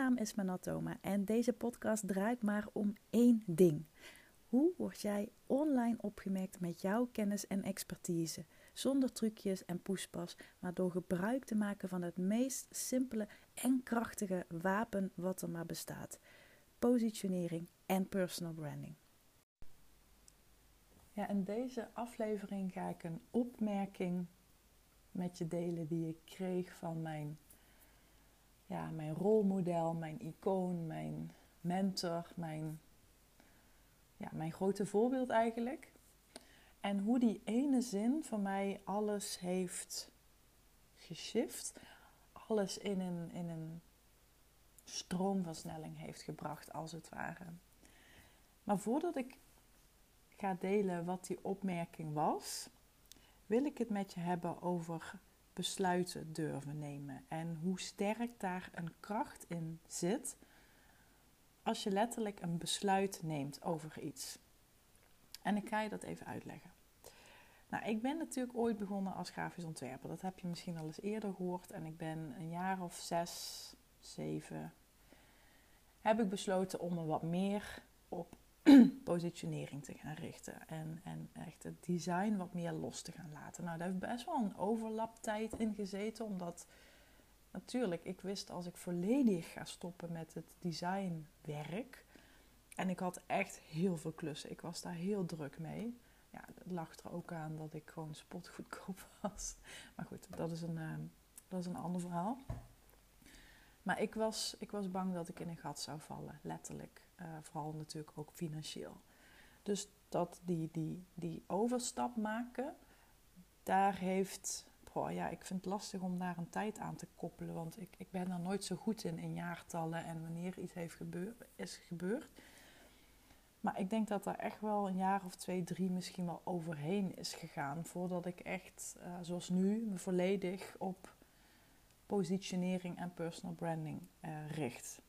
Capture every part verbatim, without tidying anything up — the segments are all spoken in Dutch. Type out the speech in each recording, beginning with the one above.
naam is Manatoma en deze podcast draait maar om één ding. Hoe word jij online opgemerkt met jouw kennis en expertise? Zonder trucjes en poespas, maar door gebruik te maken van het meest simpele en krachtige wapen wat er maar bestaat. Positionering en personal branding. Ja, in deze aflevering ga ik een opmerking met je delen die ik kreeg van mijn, ja, mijn rolmodel, mijn icoon, mijn mentor, mijn, ja, mijn grote voorbeeld eigenlijk. En hoe die ene zin voor mij alles heeft geshift, alles in een, in een stroomversnelling heeft gebracht als het ware. Maar voordat ik ga delen wat die opmerking was, wil ik het met je hebben over besluiten durven nemen. En hoe sterk daar een kracht in zit als je letterlijk een besluit neemt over iets. En ik ga je dat even uitleggen. Nou, ik ben natuurlijk ooit begonnen als grafisch ontwerper. Dat heb je misschien al eens eerder gehoord. En ik ben een jaar of zes, zeven, heb ik besloten om me wat meer op positionering te gaan richten. En, en echt het design wat meer los te gaan laten. Nou, daar heeft best wel een overlaptijd in gezeten. Omdat natuurlijk, ik wist als ik volledig ga stoppen met het designwerk. En ik had echt heel veel klussen. Ik was daar heel druk mee. Ja, het lag er ook aan dat ik gewoon spotgoedkoop was. Maar goed, dat is een, uh, dat is een ander verhaal. Maar ik was, ik was bang dat ik in een gat zou vallen, letterlijk. Uh, vooral natuurlijk ook financieel. Dus dat die, die, die overstap maken, daar heeft... Boah, ja, ik vind het lastig om daar een tijd aan te koppelen. Want ik, ik ben daar nooit zo goed in, in jaartallen en wanneer iets heeft gebeur, is gebeurd. Maar ik denk dat er echt wel een jaar of twee, drie misschien wel overheen is gegaan. Voordat ik echt, uh, zoals nu, me volledig op positionering en personal branding uh, richt.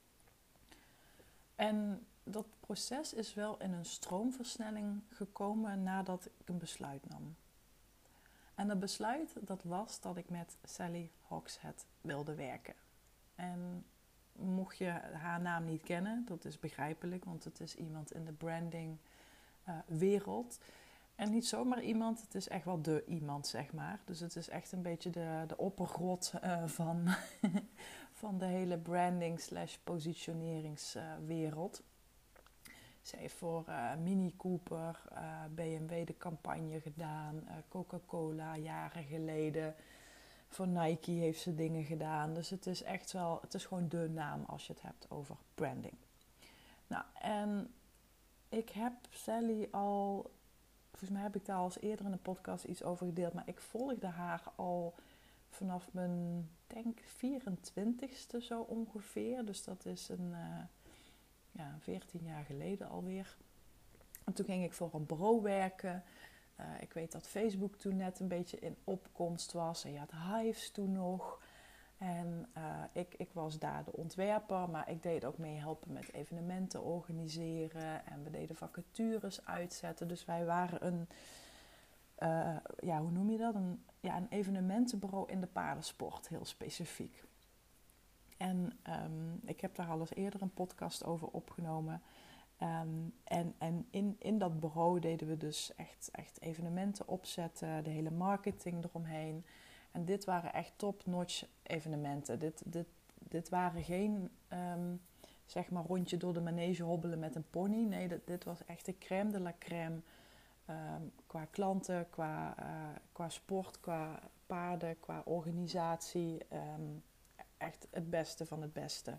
En dat proces is wel in een stroomversnelling gekomen nadat ik een besluit nam. En dat besluit, dat was dat ik met Sally Hogshead wilde werken. En mocht je haar naam niet kennen, dat is begrijpelijk, want het is iemand in de branding uh, wereld. En niet zomaar iemand, het is echt wel de iemand, zeg maar. Dus het is echt een beetje de, de oppergrot uh, van, van de hele branding slash positioneringswereld. Uh, Ze heeft voor uh, Mini Cooper, uh, B M W de campagne gedaan, uh, Coca-Cola jaren geleden. Voor Nike heeft ze dingen gedaan. Dus het is echt wel, het is gewoon de naam als je het hebt over branding. Nou, en ik heb Sally al, volgens mij heb ik daar al eens eerder in een podcast iets over gedeeld. Maar ik volgde haar al vanaf mijn, denk vierentwintigste zo ongeveer. Dus dat is een, uh, ja, veertien jaar geleden alweer. En toen ging ik voor een bureau werken. Uh, ik weet dat Facebook toen net een beetje in opkomst was. En je had Hives toen nog. En uh, ik, ik was daar de ontwerper. Maar ik deed ook mee helpen met evenementen organiseren. En we deden vacatures uitzetten. Dus wij waren een, uh, ja, hoe noem je dat? Een, ja, een evenementenbureau in de paardensport, heel specifiek. En um, ik heb daar al eens eerder een podcast over opgenomen. Um, en en in, in dat bureau deden we dus echt, echt evenementen opzetten, de hele marketing eromheen. En dit waren echt top-notch evenementen. Dit, dit, dit waren geen, um, zeg maar, rondje door de manege hobbelen met een pony. Nee, dit, dit was echt de crème de la crème. Um, qua klanten, qua, uh, qua sport, qua paarden, qua organisatie. Um, echt het beste van het beste.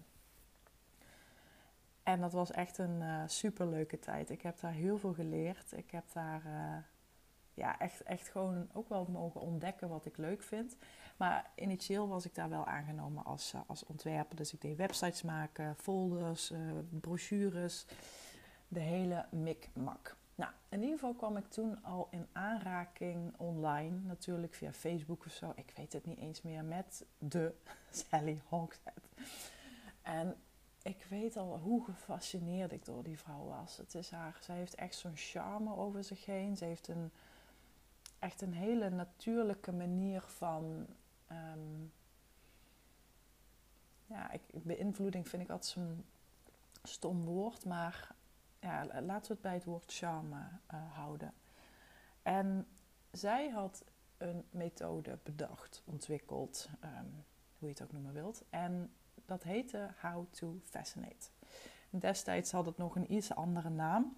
En dat was echt een uh, superleuke tijd. Ik heb daar heel veel geleerd. Ik heb daar uh, ja, echt, echt gewoon ook wel mogen ontdekken wat ik leuk vind. Maar initieel was ik daar wel aangenomen als, uh, als ontwerper. Dus ik deed websites maken, folders, uh, brochures, de hele mikmak. Nou, in ieder geval kwam ik toen al in aanraking online, natuurlijk via Facebook of zo. Ik weet het niet eens meer, met de Sally Hogshead. En ik weet al hoe gefascineerd ik door die vrouw was. Het is haar, zij heeft echt zo'n charme over zich heen. Ze heeft een, echt een hele natuurlijke manier van, um, ja, ik, beïnvloeding vind ik altijd zo'n stom woord, maar ja, laten we het bij het woord charme uh, houden. En zij had een methode bedacht, ontwikkeld, um, hoe je het ook noemen wilt. En dat heette How to Fascinate. Destijds had het nog een iets andere naam.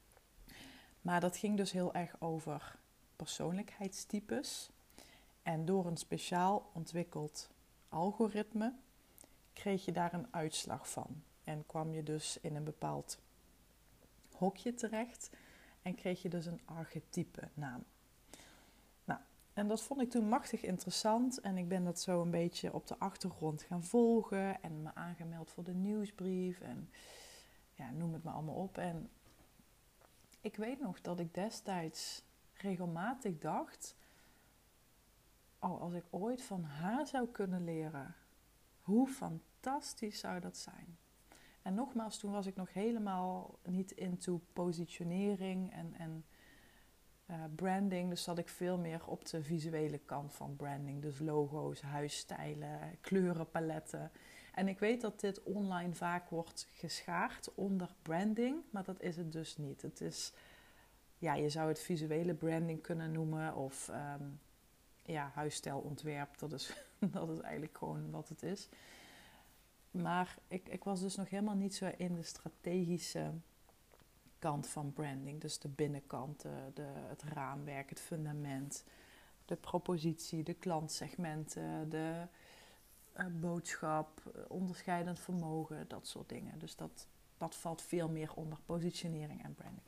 Maar dat ging dus heel erg over persoonlijkheidstypes. En door een speciaal ontwikkeld algoritme kreeg je daar een uitslag van. En kwam je dus in een bepaald hokje terecht en kreeg je dus een archetype naam. Nou, en dat vond ik toen machtig interessant en ik ben dat zo een beetje op de achtergrond gaan volgen en me aangemeld voor de nieuwsbrief en ja, noem het maar allemaal op. En ik weet nog dat ik destijds regelmatig dacht, oh, als ik ooit van haar zou kunnen leren, hoe fantastisch zou dat zijn. En nogmaals, toen was ik nog helemaal niet into positionering en, en uh, branding. Dus zat ik veel meer op de visuele kant van branding. Dus logo's, huisstijlen, kleurenpaletten. En ik weet dat dit online vaak wordt geschaard onder branding, maar dat is het dus niet. Het is, ja, je zou het visuele branding kunnen noemen of um, ja, huisstijlontwerp. Dat is, dat is eigenlijk gewoon wat het is. Maar ik, ik was dus nog helemaal niet zo in de strategische kant van branding. Dus de binnenkant, de, de, het raamwerk, het fundament, de propositie, de klantsegmenten, de uh, boodschap, onderscheidend vermogen, dat soort dingen. Dus dat, dat valt veel meer onder positionering en branding.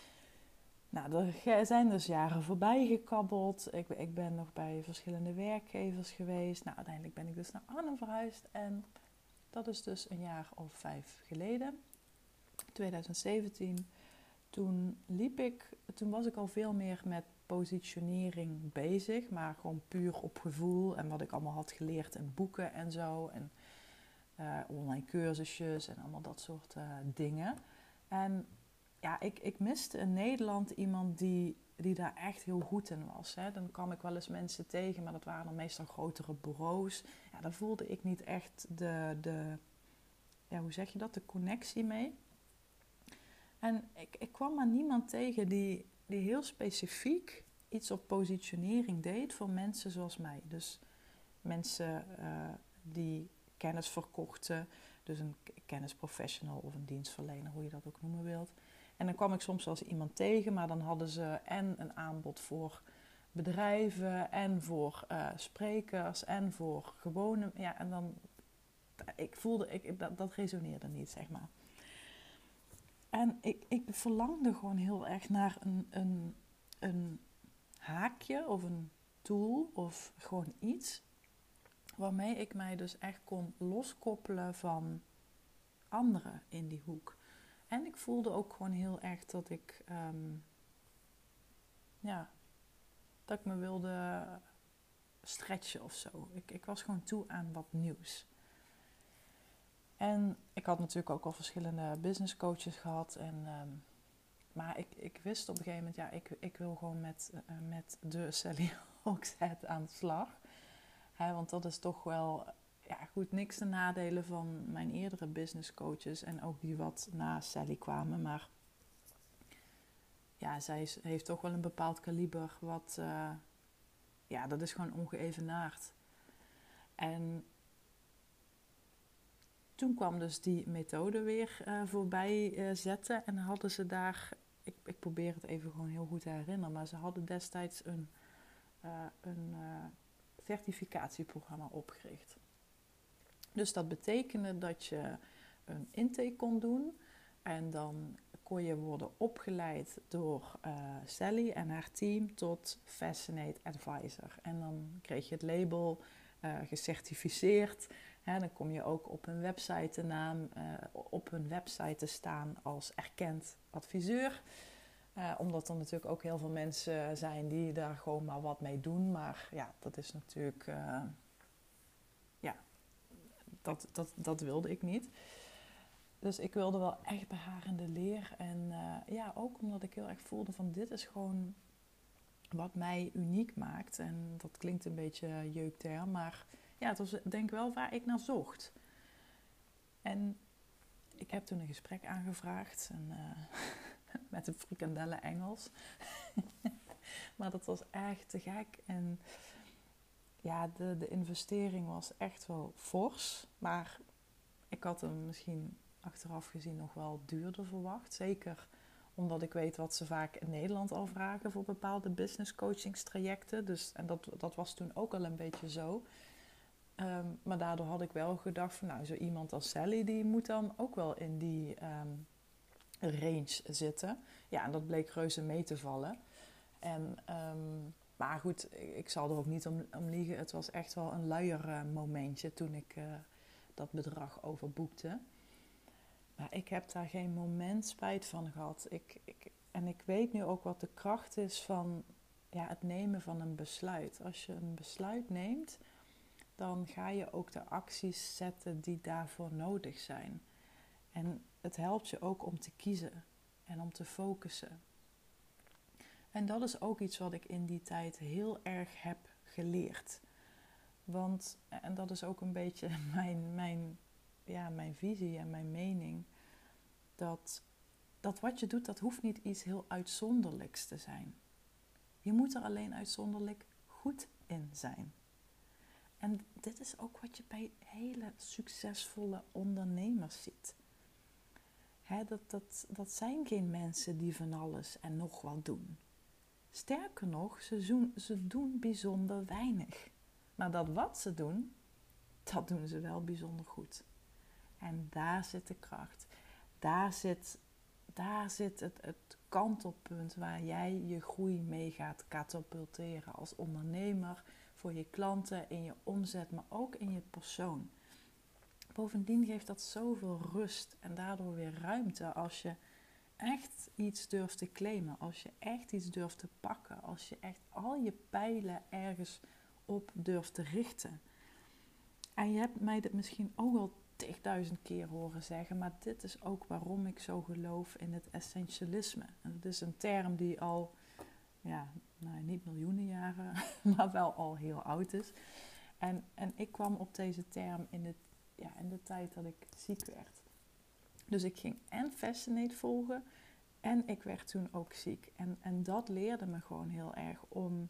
Nou, er zijn dus jaren voorbij gekabbeld. Ik, ik ben nog bij verschillende werkgevers geweest. Nou, uiteindelijk ben ik dus naar Arnhem verhuisd en dat is dus een jaar of vijf geleden, twintig zeventien. Toen liep ik, toen was ik al veel meer met positionering bezig, maar gewoon puur op gevoel en wat ik allemaal had geleerd in boeken en zo. En uh, online cursusjes en allemaal dat soort uh, dingen. En ja, ik, ik miste in Nederland iemand die, die daar echt heel goed in was. Hè. Dan kwam ik wel eens mensen tegen, maar dat waren dan meestal grotere bureaus. Ja, daar voelde ik niet echt de, de ja, hoe zeg je dat, de connectie mee. En ik, ik kwam maar niemand tegen die, die heel specifiek iets op positionering deed voor mensen zoals mij. Dus mensen uh, die kennis verkochten, dus een kennisprofessional of een dienstverlener, hoe je dat ook noemen wilt. En dan kwam ik soms wel eens iemand tegen, maar dan hadden ze en een aanbod voor bedrijven en voor uh, sprekers en voor gewone, ja, en dan, ik voelde, ik, dat, dat resoneerde niet, zeg maar. En ik, ik verlangde gewoon heel erg naar een, een, een haakje of een tool of gewoon iets waarmee ik mij dus echt kon loskoppelen van anderen in die hoek. En ik voelde ook gewoon heel erg dat ik, um, ja, dat ik me wilde stretchen of zo. Ik, ik was gewoon toe aan wat nieuws. En ik had natuurlijk ook al verschillende business coaches gehad. En, um, maar ik, ik wist op een gegeven moment, ja, ik, ik wil gewoon met, uh, met de Sally Hogshead aan de slag. He, want dat is toch wel, ja goed, niks te nadelen van mijn eerdere business coaches. En ook die wat na Sally kwamen. Maar ja, zij is, heeft toch wel een bepaald kaliber wat, uh, ja, dat is gewoon ongeëvenaard. En toen kwam dus die methode weer uh, voorbij uh, zetten en hadden ze daar, ik, ik probeer het even gewoon heel goed te herinneren, maar ze hadden destijds een, uh, een uh, certificatieprogramma opgericht. Dus dat betekende dat je een intake kon doen en dan kon je worden opgeleid door uh, Sally en haar team tot Fascinate Advisor. En dan kreeg je het label uh, gecertificeerd. He, dan kom je ook op hun website naam, uh, op hun website te staan als erkend adviseur. Uh, omdat er natuurlijk ook heel veel mensen zijn die daar gewoon maar wat mee doen. Maar ja, dat is natuurlijk, uh, ja, dat, dat, dat wilde ik niet. Dus ik wilde wel echt bij haar in de leer. En uh, ja, ook omdat ik heel erg voelde van dit is gewoon wat mij uniek maakt. En dat klinkt een beetje jeukterm, maar ja, het was denk ik wel waar ik naar zocht. En ik heb toen een gesprek aangevraagd en, uh, met een frikandellen Engels. Maar dat was echt te gek. En ja, de, de investering was echt wel fors. Maar ik had hem misschien achteraf gezien nog wel duurder verwacht. Zeker omdat ik weet wat ze vaak in Nederland al vragen voor bepaalde business coachingstrajecten. Dus, en dat, dat was toen ook al een beetje zo. Um, maar daardoor had ik wel gedacht van nou, zo iemand als Sally die moet dan ook wel in die um, range zitten. Ja, en dat bleek reuze mee te vallen. En, um, maar goed, ik, ik zal er ook niet om, om liegen. Het was echt wel een luier uh, momentje toen ik uh, dat bedrag overboekte. Maar ik heb daar geen moment spijt van gehad. Ik, ik, en ik weet nu ook wat de kracht is van ja, het nemen van een besluit. Als je een besluit neemt, dan ga je ook de acties zetten die daarvoor nodig zijn. En het helpt je ook om te kiezen en om te focussen. En dat is ook iets wat ik in die tijd heel erg heb geleerd. Want, en dat is ook een beetje mijn, mijn, ja, mijn visie en mijn mening, dat, dat wat je doet, dat hoeft niet iets heel uitzonderlijks te zijn. Je moet er alleen uitzonderlijk goed in zijn. En dit is ook wat je bij hele succesvolle ondernemers ziet. He, dat, dat, dat zijn geen mensen die van alles en nog wat doen. Sterker nog, ze doen, ze doen bijzonder weinig. Maar dat wat ze doen, dat doen ze wel bijzonder goed. En daar zit de kracht. Daar zit, daar zit het, het kantelpunt waar jij je groei mee gaat katapulteren als ondernemer, voor je klanten, in je omzet, maar ook in je persoon. Bovendien geeft dat zoveel rust en daardoor weer ruimte als je echt iets durft te claimen, als je echt iets durft te pakken, als je echt al je pijlen ergens op durft te richten. En je hebt mij dit misschien ook al tigduizend keer horen zeggen, maar dit is ook waarom ik zo geloof in het essentialisme. En het is een term die al, ja, nou, niet miljoenen jaren, maar wel al heel oud is. En, en ik kwam op deze term in de, ja, in de tijd dat ik ziek werd. Dus ik ging en Fascinate volgen en ik werd toen ook ziek. En, en dat leerde me gewoon heel erg om,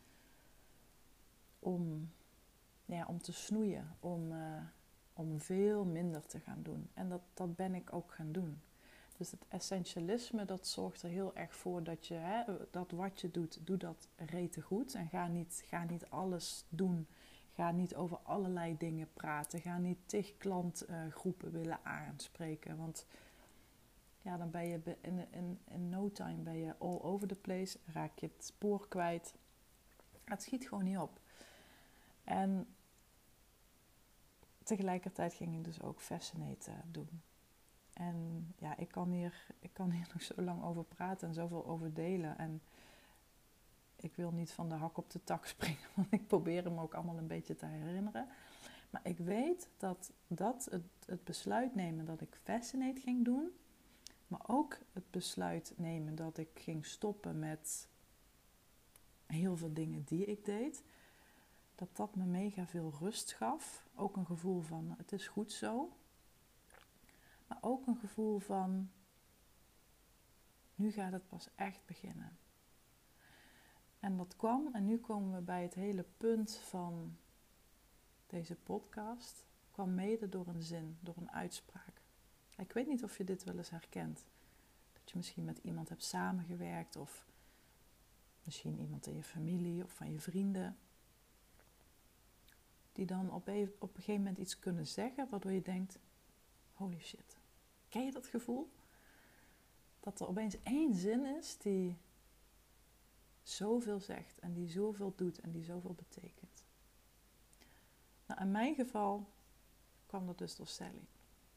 om, ja, om te snoeien, om, uh, om veel minder te gaan doen. En dat, dat ben ik ook gaan doen. Dus het essentialisme, dat zorgt er heel erg voor dat je, hè, dat wat je doet, doe dat rete goed. En ga niet, ga niet alles doen. Ga niet over allerlei dingen praten. Ga niet tig klantgroepen uh, willen aanspreken. Want ja, dan ben je in, in, in no time ben je all over the place. Raak je het spoor kwijt. Het schiet gewoon niet op. En tegelijkertijd ging ik dus ook Fascinate uh, doen. En ja, ik kan, hier, ik kan hier nog zo lang over praten en zoveel over delen. En ik wil niet van de hak op de tak springen, want ik probeer hem ook allemaal een beetje te herinneren. Maar ik weet dat, dat het, het besluit nemen dat ik Fascinate ging doen, maar ook het besluit nemen dat ik ging stoppen met heel veel dingen die ik deed, dat dat me mega veel rust gaf. Ook een gevoel van, het is goed zo. Maar ook een gevoel van, nu gaat het pas echt beginnen. En dat kwam, en nu komen we bij het hele punt van deze podcast, kwam mede door een zin, door een uitspraak. Ik weet niet of je dit wel eens herkent. Dat je misschien met iemand hebt samengewerkt, of misschien iemand in je familie of van je vrienden, die dan op een, op een gegeven moment iets kunnen zeggen, waardoor je denkt, holy shit. Ken je dat gevoel? Dat er opeens één zin is die zoveel zegt en die zoveel doet en die zoveel betekent. Nou, in mijn geval kwam dat dus door Sally.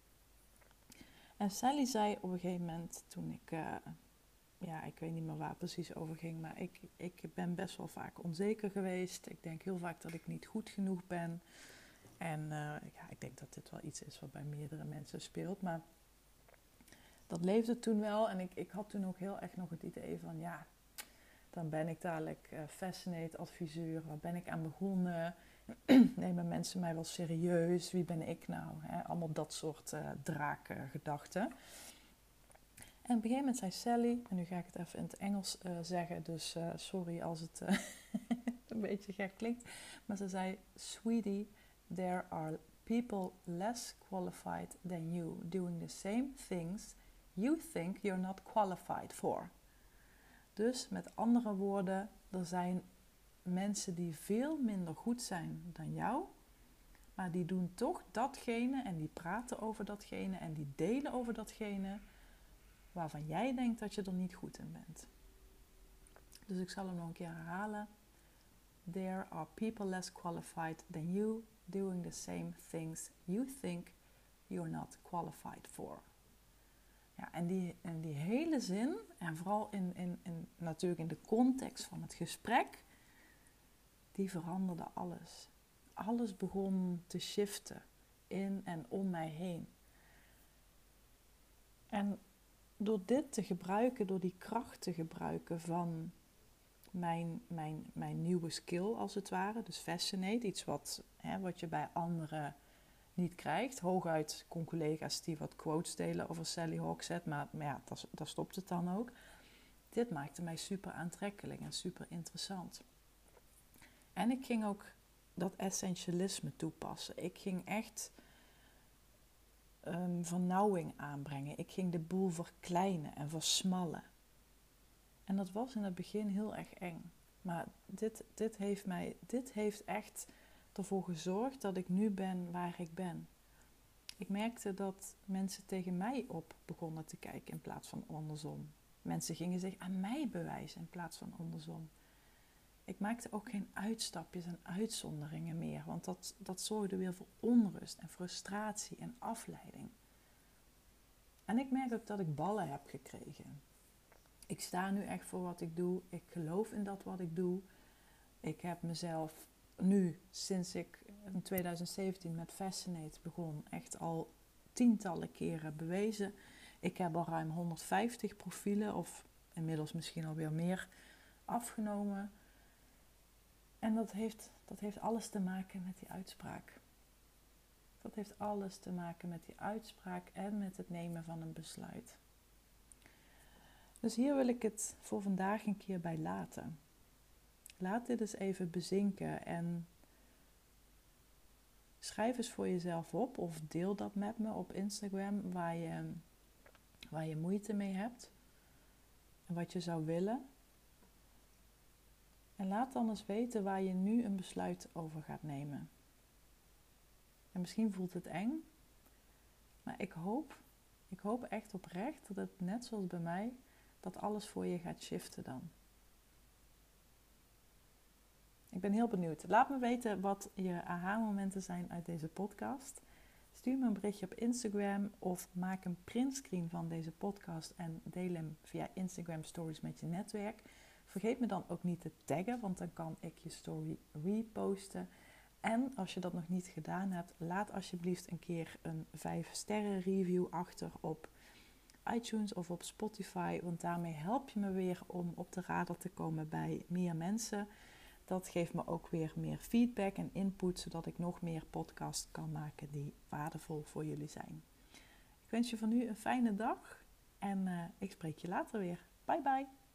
En Sally zei op een gegeven moment, toen ik, uh, ja, ik weet niet meer waar het precies over ging, maar ik, ik ben best wel vaak onzeker geweest. Ik denk heel vaak dat ik niet goed genoeg ben. En uh, ja, ik denk dat dit wel iets is wat bij meerdere mensen speelt, maar dat leefde toen wel. En ik, ik had toen ook heel erg nog het idee van, ja, dan ben ik dadelijk uh, Fascinate adviseur. Waar ben ik aan begonnen? Nemen mensen mij wel serieus? Wie ben ik nou? Hè? Allemaal dat soort uh, draakgedachten. En op een gegeven moment zei Sally, en nu ga ik het even in het Engels uh, zeggen, dus uh, sorry als het uh, een beetje gek klinkt. Maar ze zei, sweetie, there are people less qualified than you doing the same things you think you're not qualified for. Dus met andere woorden, er zijn mensen die veel minder goed zijn dan jou, maar die doen toch datgene en die praten over datgene en die delen over datgene waarvan jij denkt dat je er niet goed in bent. Dus ik zal hem nog een keer herhalen. There are people less qualified than you doing the same things you think you're not qualified for. Ja, en, die, en die hele zin, en vooral in, in, in, natuurlijk in de context van het gesprek, die veranderde alles. Alles begon te shiften in en om mij heen. En door dit te gebruiken, door die kracht te gebruiken van mijn, mijn, mijn nieuwe skill als het ware, dus Fascinate, iets wat, hè, wat je bij anderen niet krijgt. Hooguit kon collega's die wat quotes delen over Sally Hogshead, maar, maar ja, daar, daar stopt het dan ook. Dit maakte mij super aantrekkelijk en super interessant. En ik ging ook dat essentialisme toepassen. Ik ging echt um, vernauwing aanbrengen. Ik ging de boel verkleinen en versmallen. En dat was in het begin heel erg eng. Maar dit, dit, heeft mij, dit heeft echt ervoor gezorgd dat ik nu ben waar ik ben. Ik merkte dat mensen tegen mij op begonnen te kijken in plaats van andersom. Mensen gingen zich aan mij bewijzen in plaats van andersom. Ik maakte ook geen uitstapjes en uitzonderingen meer, want dat, dat zorgde weer voor onrust en frustratie en afleiding. En ik merk ook dat ik ballen heb gekregen. Ik sta nu echt voor wat ik doe. Ik geloof in dat wat ik doe. Ik heb mezelf nu, sinds ik in twintig zeventien met Fascinate begon, echt al tientallen keren bewezen. Ik heb al ruim honderdvijftig profielen, of inmiddels misschien alweer meer, afgenomen. En dat heeft, dat heeft alles te maken met die uitspraak. Dat heeft alles te maken met die uitspraak en met het nemen van een besluit. Dus hier wil ik het voor vandaag een keer bij laten. Laat dit eens even bezinken en schrijf eens voor jezelf op of deel dat met me op Instagram waar je, waar je moeite mee hebt en wat je zou willen. En laat dan eens weten waar je nu een besluit over gaat nemen. En misschien voelt het eng, maar ik hoop, ik hoop echt oprecht dat het net zoals bij mij, dat alles voor je gaat shiften dan. Ik ben heel benieuwd. Laat me weten wat je aha-momenten zijn uit deze podcast. Stuur me een berichtje op Instagram of maak een printscreen van deze podcast en deel hem via Instagram Stories met je netwerk. Vergeet me dan ook niet te taggen, want dan kan ik je story reposten. En als je dat nog niet gedaan hebt, laat alsjeblieft een keer een vijf sterren review achter op iTunes of op Spotify, want daarmee help je me weer om op de radar te komen bij meer mensen. Dat geeft me ook weer meer feedback en input, zodat ik nog meer podcasts kan maken die waardevol voor jullie zijn. Ik wens je voor nu een fijne dag en uh, ik spreek je later weer. Bye bye!